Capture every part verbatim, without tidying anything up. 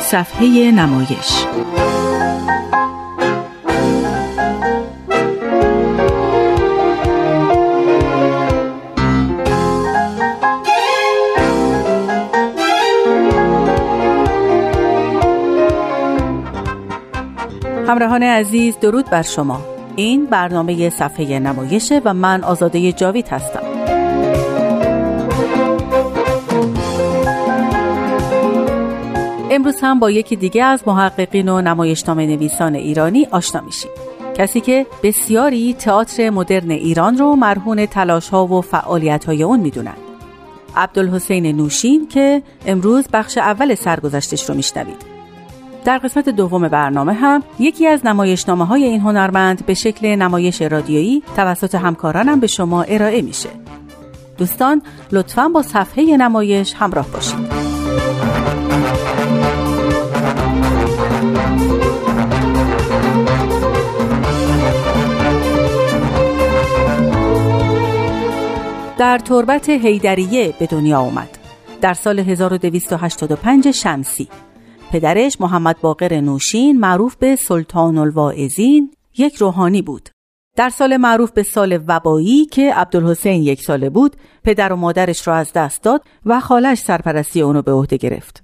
صفحه نمایش. همراهان عزیز، درود بر شما. این برنامه صفحه نمایشه و من آزاده جاوید هستم. امروز هم با یکی دیگه از محققین و نمایشنامه نویسان ایرانی آشنا میشیم. کسی که بسیاری تئاتر مدرن ایران رو مرهون تلاش‌ها و فعالیت‌های اون میدونن. عبدالحسین نوشین که امروز بخش اول سرگذشتش رو میشنوید. در قسمت دوم برنامه هم یکی از نمایشنامه‌های این هنرمند به شکل نمایش رادیویی توسط همکارانم به شما ارائه میشه. دوستان لطفاً با صفحه نمایش همراه باشید. در تربت حیدریه به دنیا آمد. در سال هزار و دویست و هشتاد و پنج شمسی. پدرش محمد باقر نوشین معروف به سلطان الواعظین یک روحانی بود. در سال معروف به سال وبایی که عبدالحسین یک ساله بود، پدر و مادرش را از دست داد و خالش سرپرستی اونو به عهده گرفت.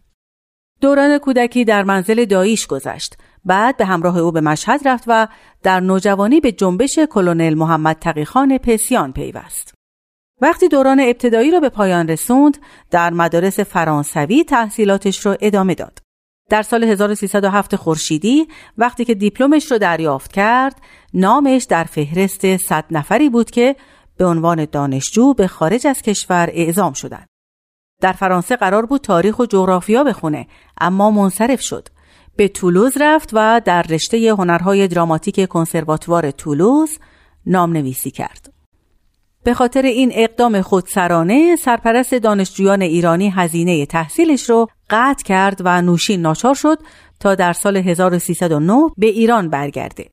دوران کودکی در منزل داییش گذشت. بعد به همراه او به مشهد رفت و در نوجوانی به جنبش کلونل محمد تقی‌خان پسیان پیوست. وقتی دوران ابتدایی را به پایان رسوند، در مدارس فرانسوی تحصیلاتش را ادامه داد. در سال هزار و سیصد و هفت خورشیدی وقتی که دیپلمش رو دریافت کرد، نامش در فهرست صد نفری بود که به عنوان دانشجو به خارج از کشور اعزام شدند. در فرانسه قرار بود تاریخ و جغرافیا بخونه، اما منصرف شد. به تولوز رفت و در رشته هنرهای دراماتیک کنسرواتوار تولوز نامنویسی کرد. به خاطر این اقدام خودسرانه سرپرست دانشجویان ایرانی هزینه تحصیلش رو قطع کرد و نوشین ناچار شد تا در سال هزار و سیصد و نه به ایران برگرده.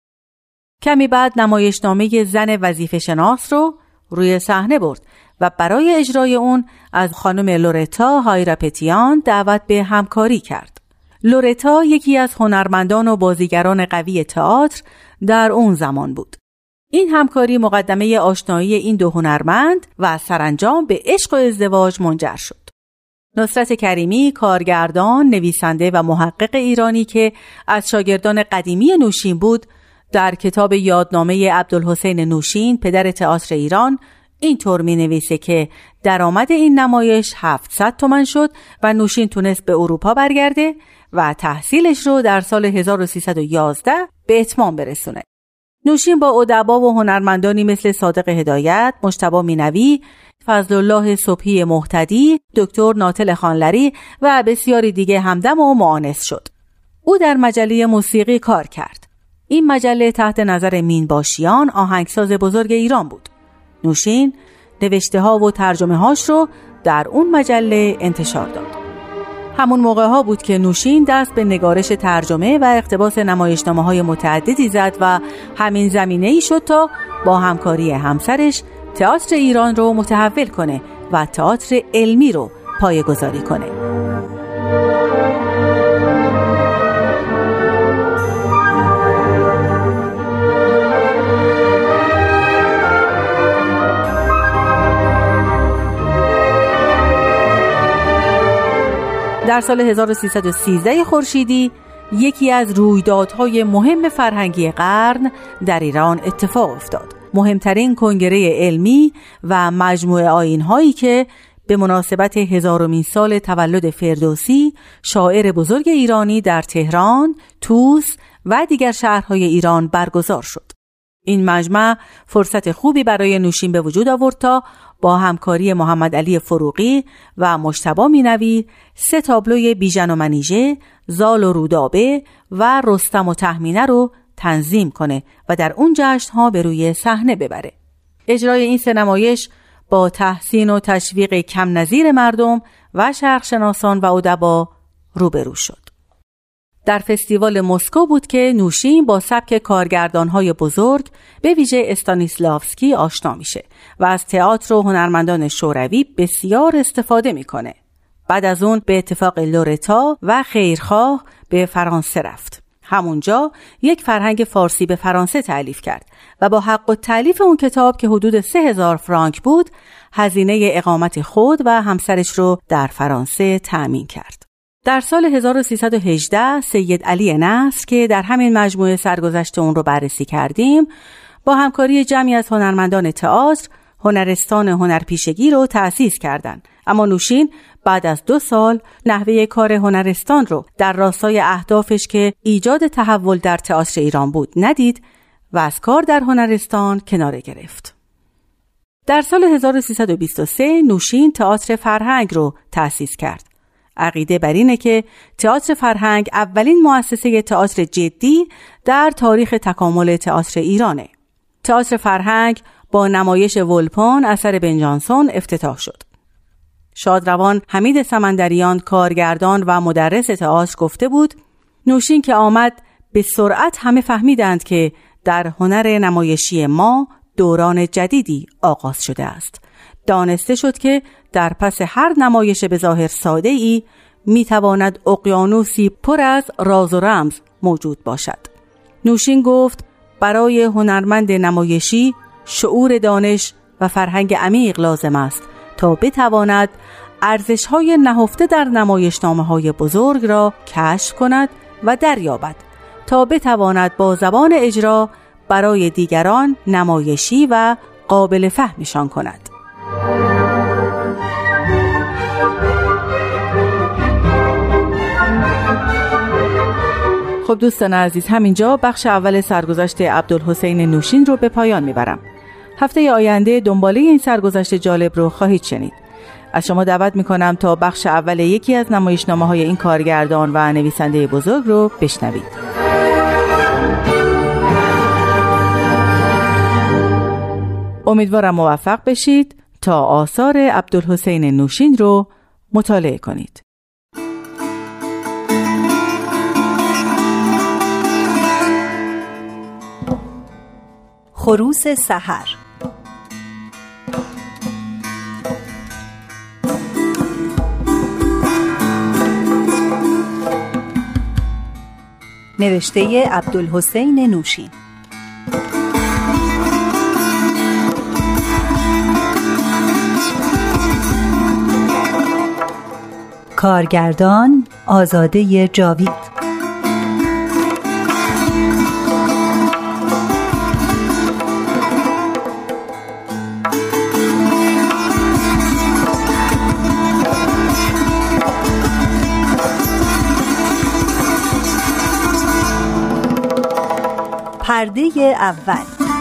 کمی بعد نمایشنامه زن وظیفه شناس رو روی صحنه برد و برای اجرای اون از خانم لورتا هایراپتیان دعوت به همکاری کرد. لورتا یکی از هنرمندان و بازیگران قوی تئاتر در اون زمان بود. این همکاری مقدمه آشنایی این دو هنرمند و سرانجام به عشق و ازدواج منجر شد. نصرت کریمی، کارگردان، نویسنده و محقق ایرانی که از شاگردان قدیمی نوشین بود، در کتاب یادنامه عبدالحسین نوشین پدر تئاتر ایران اینطور می‌نویسه که درآمد این نمایش هفتصد تومان شد و نوشین تونست به اروپا برگرده و تحصیلش رو در سال هزار و سیصد و یازده به اتمام برسونه. نوشین با ادبا و هنرمندانی مثل صادق هدایت، مجتبی مینوی، فضل الله صبحی مهتدی، دکتر ناطل خانلری و بسیاری دیگه همدم و معانس شد. او در مجله موسیقی کار کرد. این مجله تحت نظر مینباشیان آهنگساز بزرگ ایران بود. نوشین نوشته ها و ترجمه هاش رو در اون مجله انتشار داد. همون موقع ها بود که نوشین دست به نگارش ترجمه و اقتباس نمایشنامه های متعددی زد و همین زمینه‌ای شد تا با همکاری همسرش تئاتر ایران رو متحول کنه و تئاتر علمی رو پایه‌گذاری کنه. در سال هزار و سیصد و سیزده خورشیدی یکی از رویدادهای مهم فرهنگی قرن در ایران اتفاق افتاد. مهمترین کنگره علمی و مجموعه آیین‌هایی که به مناسبت هزارمین سال تولد فردوسی شاعر بزرگ ایرانی در تهران، طوس و دیگر شهرهای ایران برگزار شد. این مجمع فرصت خوبی برای نوشین به وجود آورد تا با همکاری محمد علی فروغی و مجتبی مینوی سه تابلوی بیژن و منیژه، زال و رودابه و رستم و تهمینه رو تنظیم کنه و در اون جشن‌ها به روی صحنه ببره. اجرای این سه نمایش با تحسین و تشویق کم نظیر مردم و شرقشناسان و ادبا روبرو شد. در فستیوال مسکو بود که نوشین با سبک کارگردان‌های بزرگ به ویژه استانیسلافسکی آشنا میشه و از تئاتر و هنرمندان شوروی بسیار استفاده میکنه. بعد از اون به اتفاق لورتا و خیرخواه به فرانسه رفت. همونجا یک فرهنگ فارسی به فرانسه تألیف کرد و با حق التألیف اون کتاب که حدود سه هزار فرانک بود، هزینه اقامت خود و همسرش رو در فرانسه تأمین کرد. در سال هزار و سیصد و هجده سید علی نصر که در همین مجموعه سرگذشت اون رو بررسی کردیم، با همکاری جمعی از هنرمندان تئاتر هنرستان هنرپیشگی رو تأسیس کردند. اما نوشین بعد از دو سال نحوه کار هنرستان رو در راستای اهدافش که ایجاد تحول در تئاتر ایران بود ندید و از کار در هنرستان کناره گرفت. در سال هزار و سیصد و بیست و سه نوشین تئاتر فرهنگ رو تأسیس کرد. عقیده بر اینه که تئاتر فرهنگ اولین مؤسسه تئاتر جدی در تاریخ تکامل تئاتر ایرانه. تئاتر فرهنگ با نمایش ولپان اثر بن جانسون افتتاح شد. شادروان حمید سمندریان کارگردان و مدرس تئاتر گفته بود نوشین که آمد به سرعت همه فهمیدند که در هنر نمایشی ما دوران جدیدی آغاز شده است. دانسته شد که در پس هر نمایش به ظاهر ساده ای می تواند اقیانوسی پر از راز و رمز موجود باشد. نوشین گفت برای هنرمند نمایشی شعور دانش و فرهنگ عمیق لازم است تا بتواند ارزش‌های نهفته در نمایشنامه‌های بزرگ را کشف کند و دریابد تا بتواند با زبان اجرا برای دیگران نمایشی و قابل فهمشان کند. خب دوستان عزیز، همینجا بخش اول سرگذشت عبدالحسین نوشین رو به پایان میبرم. هفته آینده دنباله این سرگذشت جالب رو خواهید شنید. از شما دعوت میکنم تا بخش اول یکی از نمایشنامه‌های این کارگردان و نویسنده بزرگ رو بشنوید. امیدوارم موفق بشید تا آثار عبدالحسین نوشین رو مطالعه کنید. خروس سحر. نوشته عبدالحسین نوشین. کارگردان آزاده جاوید. پرده اول.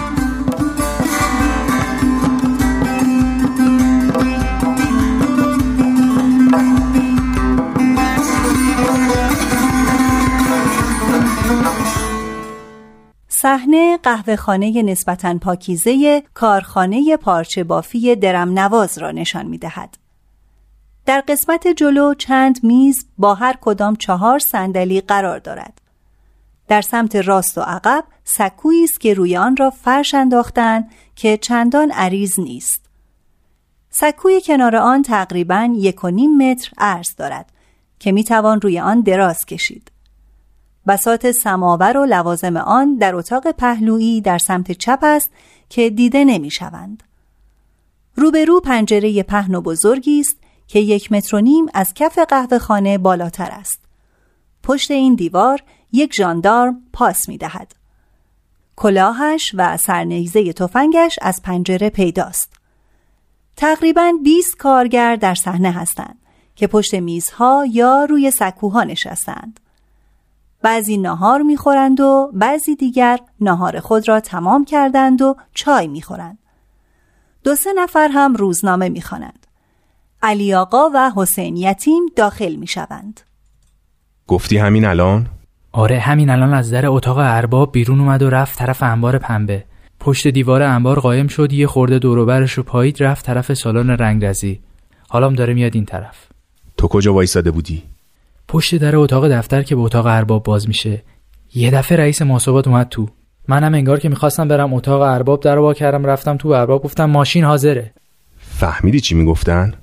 صحنه قهوه‌خانه نسبتاً پاکیزه کارخانه پارچه بافی درم نواز را نشان می‌دهد. در قسمت جلو چند میز با هر کدام چهار صندلی قرار دارد. در سمت راست و عقب سکویی است که روی آن را فرش انداختند که چندان عریض نیست. سکوی کنار آن تقریباً یک و نیم متر عرض دارد که میتوان روی آن دراز کشید. بساط سماور و لوازم آن در اتاق پهلویی در سمت چپ است که دیده نمیشوند. روبرو پنجره پهن و بزرگی است که یک متر و نیم از کف قهوه‌خانه بالاتر است. پشت این دیوار یک ژاندارم پاس می‌دهد. کلاهش و سرنیزه تفنگش از پنجره پیداست. تقریباً بیست کارگر در صحنه هستند که پشت میزها یا روی سکوها نشستند. بعضی ناهار می‌خورند و بعضی دیگر ناهار خود را تمام کردند و چای می‌خورند. دو سه نفر هم روزنامه می‌خوانند. علی آقا و حسین یتیم داخل می‌شوند. گفتی همین الان؟ آره همین الان از در اتاق ارباب بیرون اومد و رفت طرف انبار پنبه. پشت دیوار انبار قایم شد، یه خورده دور و برش رو پایید، رفت طرف سالن رنگرزی. حالام داره میاد این طرف. تو کجا وایساده بودی؟ پشت در اتاق دفتر که به اتاق ارباب باز میشه. یه دفعه رئیس محاسبات اومد تو. منم انگار که میخواستم برم اتاق ارباب، درو وا کردم رفتم تو. ارباب گفتم ماشین حاضره. فهمیدی چی میگفتن؟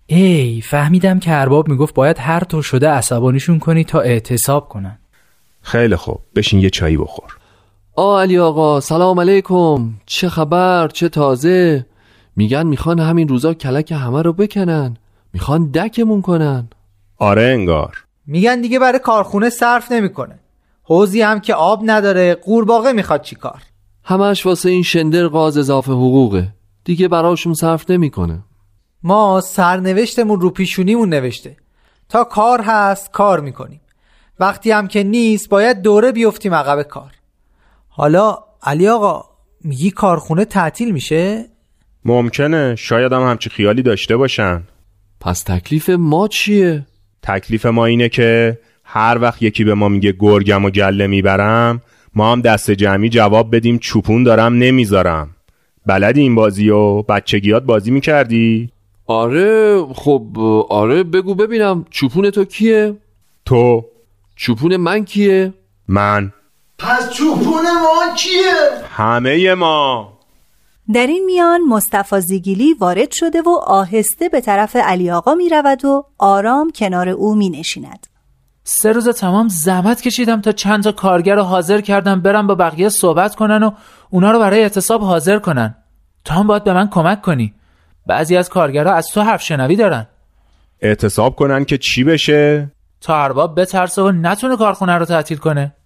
ای فهمیدم که ارباب میگفت باید هر طور شده عصبانیشون کنی تا اعتصاب کنن. خیلی خوب، بشین یه چایی بخور. آ علی آقا سلام علیکم، چه خبر؟ چه تازه؟ میگن میخوان همین روزا کلک همه رو بکنن، میخوان دکمون کنن. آره انگار. میگن دیگه برای کارخونه صرف نمیکنه. حوضی هم که آب نداره، قورباغه میخواد چی کار؟ همش واسه این شندر غاز اضافه حقوقه، دیگه براشون صرف نمیکنه. ما سرنوشتمون رو پیشونیمون نوشته، تا کار هست کار میکنیم، وقتی هم که نیست باید دوره بیفتیم عقب کار. حالا علی آقا میگی کارخونه تعطیل میشه؟ ممکنه، شاید هم همچی خیالی داشته باشن. پس تکلیف ما چیه؟ تکلیف ما اینه که هر وقت یکی به ما میگه گرگم و گله میبرم، ما هم دست جمعی جواب بدیم چوپون دارم نمیذارم. بلدی این بازی و بچگیات بازی میکردی؟ آره خب آره، بگو ببینم چوپون تو کیه؟ تو. چوپون من کیه؟ من. پس چوپون ما کیه؟ همه ما. در این میان مصطفی زیگیلی وارد شده و آهسته به طرف علی آقا می رود و آرام کنار او می نشیند. سه روز تمام زحمت کشیدم تا چند تا کارگر رو حاضر کردم برم با بقیه صحبت کنن و اونا رو برای اعتصاب حاضر کنن. تو هم باید به من کمک کنی. بعضی از کارگرها از تو حرف شنوی دارن. اعتصاب کنن که چی بشه؟ تا ارباب بترسه و نتونه کارخونه رو تعطیل کنه.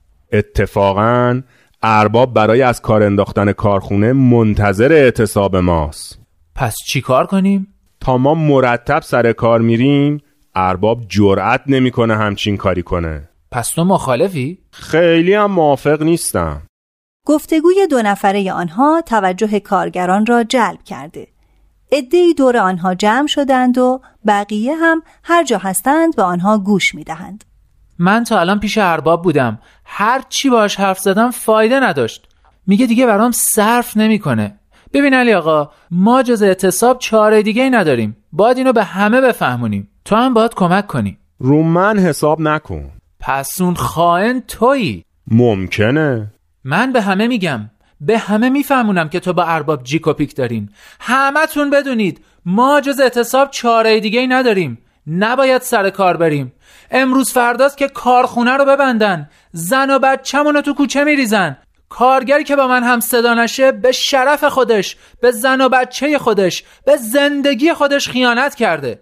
اتفاقاً ارباب برای از کار انداختن کارخونه منتظر اعتصاب ماست. پس چی کار کنیم؟ تا ما مرتب سر کار میریم ارباب جرأت نمیکنه همچین کاری کنه. پس تو مخالفی؟ خیلی هم موافق نیستم. گفتگوی دو نفره آنها توجه کارگران را جلب کرده. عده‌ای دور آنها جمع شدند و بقیه هم هر جا هستند به آنها گوش میدهند. من تا الان پیش ارباب بودم، هر چی باهاش حرف زدم فایده نداشت. میگه دیگه برام صرف نمیکنه. ببین علی آقا، ما جز اعتصاب چاره دیگه ای نداریم. باید اینو به همه بفهمونیم. تو هم باید کمک کنی. رو من حساب نکن. پس اون خائن تویی. ممکنه. من به همه میگم، به همه میفهمونم که تو با ارباب جیک و پیک دارین. همتون بدونید ما جز اعتصاب چاره دیگه ای نداریم. نباید سر کار بریم. امروز فرداست که کارخونه رو ببندن. زن و بچه‌مونو تو کوچه میریزن. کارگری که با من هم صدا نشه به شرف خودش، به زن و بچه خودش، به زندگی خودش خیانت کرده.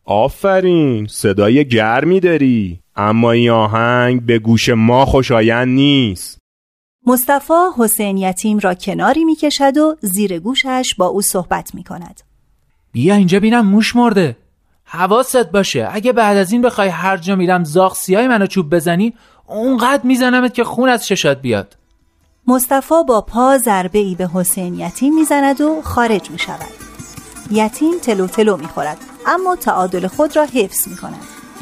آفرین، صدای گرمی داری، اما این آهنگ به گوش ما خوشایند نیست. مصطفی حسین یتیم را کناری می کشد و زیر گوشش با او صحبت می کند. بیا اینجا بینم موش مرده. حواست باشه، اگه بعد از این بخوای هر جا میرم زاغ سیای منو چوب بزنی، اونقدر میزنمت که خون از چشات بیاد. مصطفی با پا ضربه ای به حسین یتیم میزند و خارج می شود. یتیم تلو تلو می خورد، اما تعادل خود را حفظ می کند.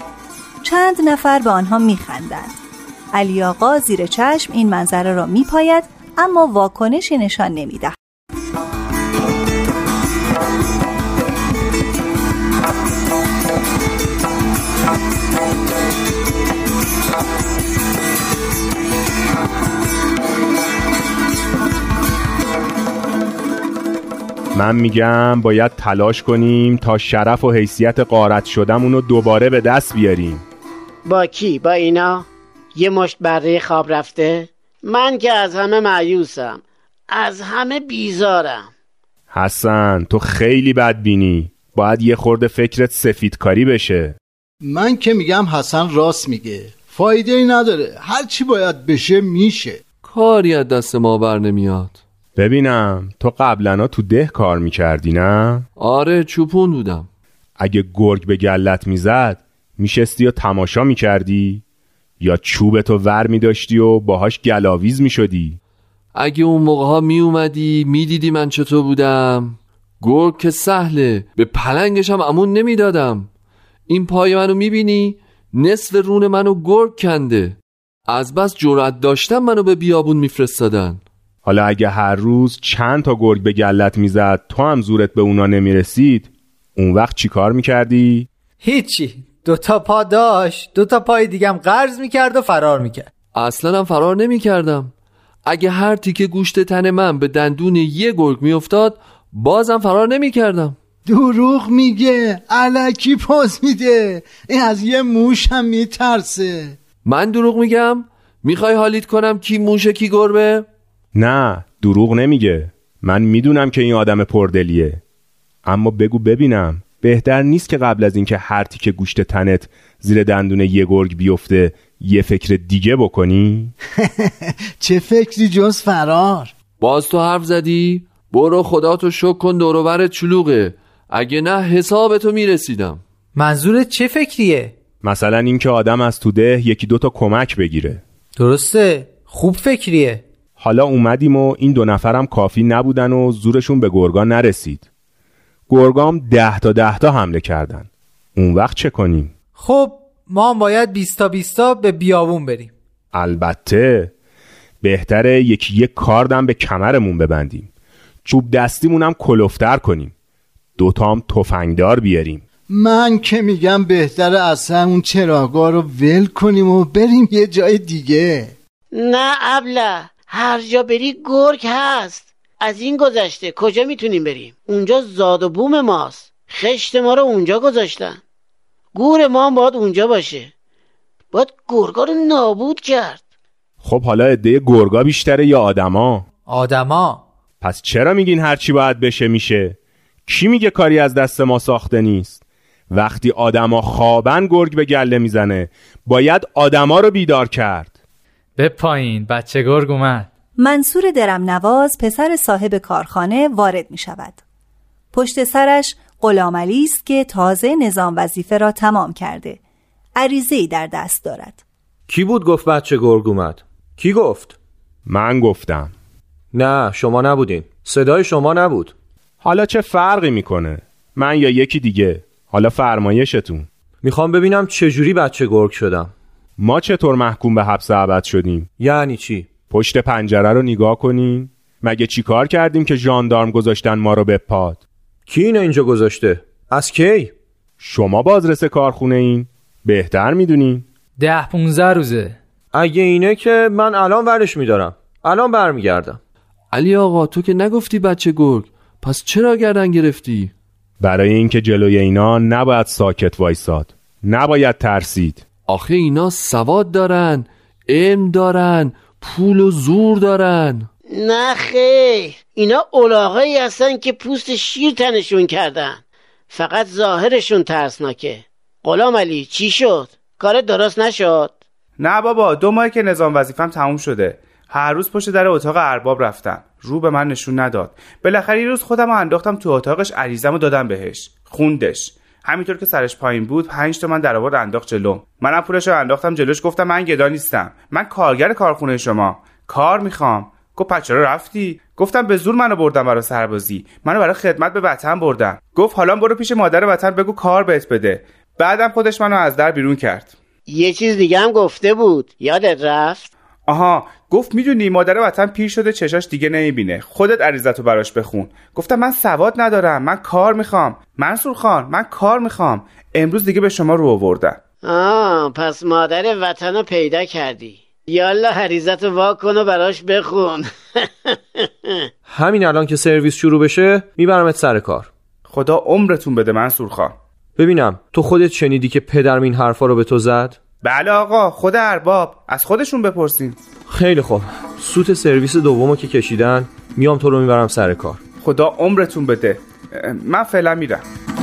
چند نفر به آنها می خندند. علی آقا زیر چشم این منظره را می پاید، اما واکنشی نشان نمی دهد. من میگم باید تلاش کنیم تا شرف و حیثیت غارت شدمونو دوباره به دست بیاریم. با کی؟ با اینا؟ یه مشت بره خواب رفته؟ من که از همه مایوسم، از همه بیزارم. حسن تو خیلی بدبینی، باید یه خورده فکرت سفیدکاری بشه. من که میگم حسن راست میگه، فایده ای نداره، هر چی باید بشه میشه. کاری از دست ما بر نمیاد. ببینم تو قبلنا تو ده کار میکردی نه؟ آره چوپون بودم. اگه گرگ به گلت میزد میشستی و تماشا میکردی؟ یا چوبتو ور میداشتی و باهاش گلاویز میشدی؟ اگه اون موقع ها میومدی میدیدی من چطور بودم. گرگ که سهله، به پلنگش هم امون نمیدادم. این پای منو میبینی؟ نصف رون منو گرگ کنده. از بس جرأت داشتم منو به بیابون میفرستادن. حالا اگه هر روز چند تا گرگ به گلت میزد تو هم زورت به اونا نمیرسید، اون وقت چی کار میکردی؟ هیچی، دوتا پا داشت، دوتا پای دیگم قرض میکرد و فرار میکرد. اصلا هم فرار نمیکردم. اگه هر تیکه گوشت تن من به دندون یه گرگ میافتاد بازم فرار نمیکردم. دروغ میگه، الکی پوز میده، این از یه موش هم میترسه. من دروغ میگم؟ میخوای حالیت کنم کی موشه کی گربه؟ نه دروغ نمیگه. من میدونم که این آدم پردلیه، اما بگو ببینم بهتر نیست که قبل از اینکه هر تیکه گوشت تنت زیر دندون یه گرگ بیفته یه فکر دیگه بکنی؟ چه فکری جز فرار؟ باز تو حرف زدی؟ برو خدا تو شک کن دور و برت شلوغه، اگه نه حسابتو میرسیدم. منظورت چه فکریه؟ مثلا اینکه آدم از تو ده یکی دوتا کمک بگیره. درسته، خوب فکریه. حالا اومدیم و این دو نفرم کافی نبودن و زورشون به گرگا نرسید. گرگام ده تا ده تا حمله کردن. اون وقت چه کنیم؟ خب ما هم باید بیستا بیستا به بیابون بریم. البته بهتره یکی یک کاردم به کمرمون ببندیم، چوب دستیمونم کلفتر کنیم، دوتام تفنگدار بیاریم. من که میگم بهتره اصلا اون چراغا رو ول کنیم و بریم یه جای دیگه. نه ابله، هر جا بری گرگ هست. از این گذشته کجا میتونیم بریم؟ اونجا زاد و بوم ماست، خشت ما رو اونجا گذاشتن، گور ما هم باید اونجا باشه، باید گرگا رو نابود کرد. خب حالا عده گرگا بیشتره یا آدما؟ آدما. پس چرا میگین هرچی باید بشه میشه؟ کی میگه کاری از دست ما ساخته نیست؟ وقتی آدما خوابن گرگ به گله میزنه، باید آدما رو بیدار کرد. به پایین، بچه گرگ اومد. منصور درم نواز پسر صاحب کارخانه وارد می شود. پشت سرش غلامعلی است که تازه نظام وظیفه را تمام کرده. عریضه‌ای در دست دارد. کی بود گفت بچه گرگ اومد؟ کی گفت؟ من گفتم. نه شما نبودین، صدای شما نبود. حالا چه فرقی میکنه؟ من یا یکی دیگه، حالا فرمایشتون. میخوام ببینم چجوری بچه گرگ شدم. ما چطور محکوم به حبس ابد شدیم؟ یعنی چی؟ پشت پنجره رو نگاه کنین. مگه چی کار کردیم که ژاندارم گذاشتن ما رو به پاد؟ کی اینو اینجا گذاشته؟ از کی؟ شما بازرس کارخونه این، بهتر میدونین. ده پونزه روزه. اگه اینه که من الان ورش میدارم، الان برمیگردم. علی آقا تو که نگفتی بچه گرگ، پس چرا گردن گرفتی؟ برای اینکه جلوی اینا نباید ساکت وایساد، نباید ترسید. آخه اینا سواد دارن، علم دارن، پول و زور دارن. نه خیر، اینا الاغایی هستن که پوست شیر تنشون کردن، فقط ظاهرشون ترسناکه. غلامعلی چی شد؟ کار درست نشد؟ نه بابا، دو ماهی که نظام وظیفم تموم شده، هر روز پشت در اتاق ارباب رفتم، رو به من نشون نداد. بالاخره یه روز خودم رو انداختم تو اتاقش، عریضه‌مو دادم بهش، خوندش. همینطور که سرش پایین بود پنج تومن در آورد انداخت جلوم. منم پولشو انداختم جلوش، گفتم من گدا نیستم، من کارگر کارخونه شما، کار میخوام. گفت پس چرا رفتی؟ گفتم به زور منو بردن برای سربازی، منو برای خدمت به وطن بردن. گفت حالا برو پیش مادر وطن بگو کار بهت بده. بعدم خودش منو از در بیرون کرد. یه چیز دیگه هم گفته بود، یادت رفت؟ آها، گفت میدونی مادر وطن پیر شده چشاش دیگه نمیبینه، خودت عریضتو براش بخون. گفتم من سواد ندارم، من کار میخوام. منصور خان من کار میخوام، امروز دیگه به شما رو آوردم. آه پس مادر وطن رو پیدا کردی. یالا عریضتو واکن و براش بخون. همین الان که سرویس شروع بشه میبرمت سر کار. خدا عمرتون بده منصور خان. ببینم تو خودت شنیدی که پدرم این حرفا رو به تو زد؟ بله آقا، خود ارباب، از خودشون بپرسین. خیلی خوب، سوت سرویس دومو که کشیدن میام تو رو میبرم سر کار. خدا عمرتون بده. من فعلا میرم.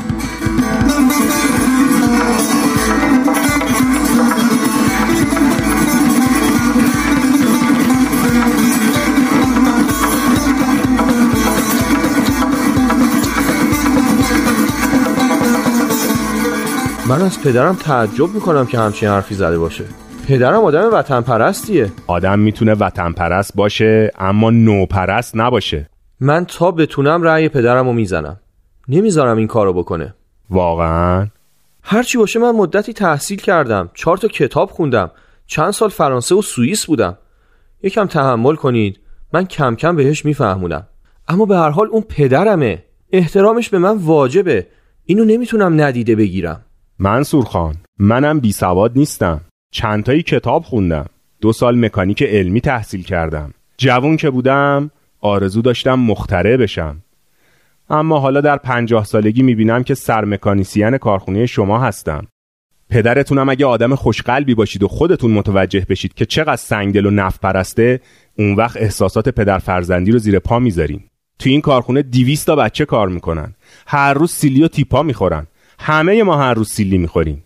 من از پدرم تعجب میکنم که همچین حرفی زده باشه. پدرم آدم وطن پرستیه. آدم میتونه وطن پرست باشه اما نو پرست نباشه. من تا بتونم رأی پدرمو میزنم، نمیذارم این کارو بکنه. واقعا؟ هرچی باشه من مدتی تحصیل کردم، چهار تا کتاب خوندم، چند سال فرانسه و سوئیس بودم. یکم تحمل کنید، من کم کم بهش میفهمونم. اما به هر حال اون پدرمه، احترامش به من واجبه، اینو نمیتونم ندیده بگیرم. منصور خان منم بی سواد نیستم، چند تایی کتاب خوندم، دو سال مکانیک علمی تحصیل کردم. جوون که بودم آرزو داشتم مخترع بشم، اما حالا در پنجاه سالگی میبینم که سرمکانیسین کارخونه شما هستم. پدرتونم اگه آدم خوشقلبی باشید و خودتون متوجه بشید که چقدر سنگدل و نفس پرسته، اون وقت احساسات پدر فرزندی رو زیر پا میذارین. تو این کارخونه دویست تا بچه کار میکنن، هر روز سیلی و تیپا میخورن. همه ما هر روز سیلی میخوریم.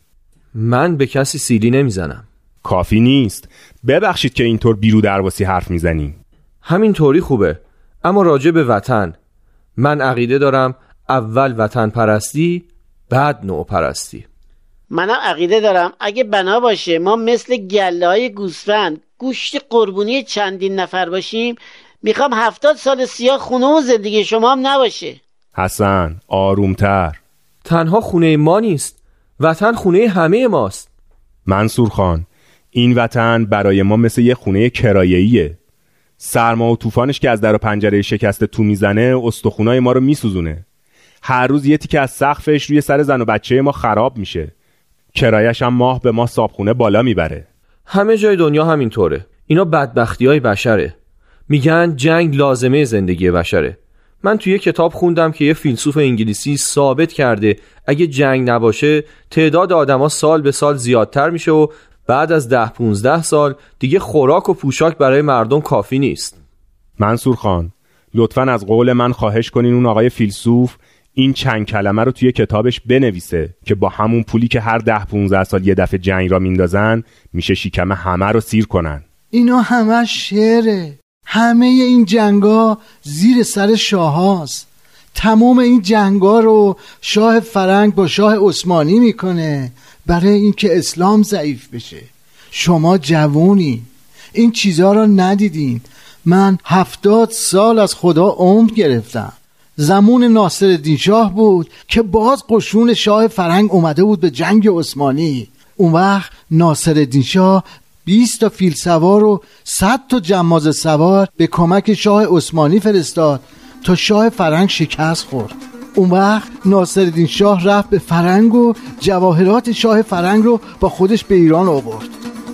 من به کسی سیلی نمیزنم. کافی نیست. ببخشید که اینطور بیرو درواسی حرف میزنیم. همین طوری خوبه. اما راجع به وطن، من عقیده دارم اول وطن پرستی بعد نوع پرستی. منم عقیده دارم اگه بنا باشه ما مثل گله های گوسفند گوشت قربونی چندین نفر باشیم، میخوام هفتاد سال سیاه خونه و زندگی شما هم نباشه. حسن آرومتر. تنها خونه ما نیست، وطن خونه همه ماست. منصور خان، این وطن برای ما مثل یه خونه کرایه‌ایه. سرما و طوفانش که از در و پنجره شکسته تو میزنه استخونای ما رو میسوزونه. هر روز یه تیکه از سقفش روی سر زن و بچه ما خراب میشه. کرایه‌ش هم ماه به ماه صابخونه بالا میبره. همه جای دنیا همینطوره. اینا بدبختی‌های بشره. میگن جنگ لازمه زندگی بشره. من توی کتاب خوندم که یه فیلسوف انگلیسی ثابت کرده اگه جنگ نباشه تعداد آدما سال به سال زیادتر میشه و بعد از ده پونزده سال دیگه خوراک و پوشاک برای مردم کافی نیست. منصور خان، لطفاً از قول من خواهش کنین اون آقای فیلسوف این چند کلمه رو توی کتابش بنویسه که با همون پولی که هر ده پونزده سال یه دفعه جنگ را میندازن میشه شکم همه رو سیر کنن. اینا همه شعره. همه این جنگا زیر سر شاه هاست. تمام این جنگا رو شاه فرنگ با شاه عثمانی میکنه برای اینکه اسلام ضعیف بشه. شما جوونی، این چیزا رو ندیدین. من هفتاد سال از خدا عمر گرفتم. زمان ناصرالدین شاه بود که باز قشون شاه فرنگ اومده بود به جنگ عثمانی. اون وقت ناصرالدین شاه بیست تا فیل سوار و صد تا جمازه سوار به کمک شاه عثمانی فرستاد تا شاه فرنگ شکست خورد. اون وقت ناصرالدین شاه رفت به فرنگ و جواهرات شاه فرنگ رو با خودش به ایران آورد.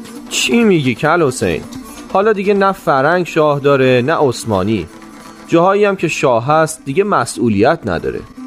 چی میگی کل حسین؟ حالا دیگه نه فرنگ شاه داره نه عثمانی. جاهایی هم که شاه هست دیگه مسئولیت نداره.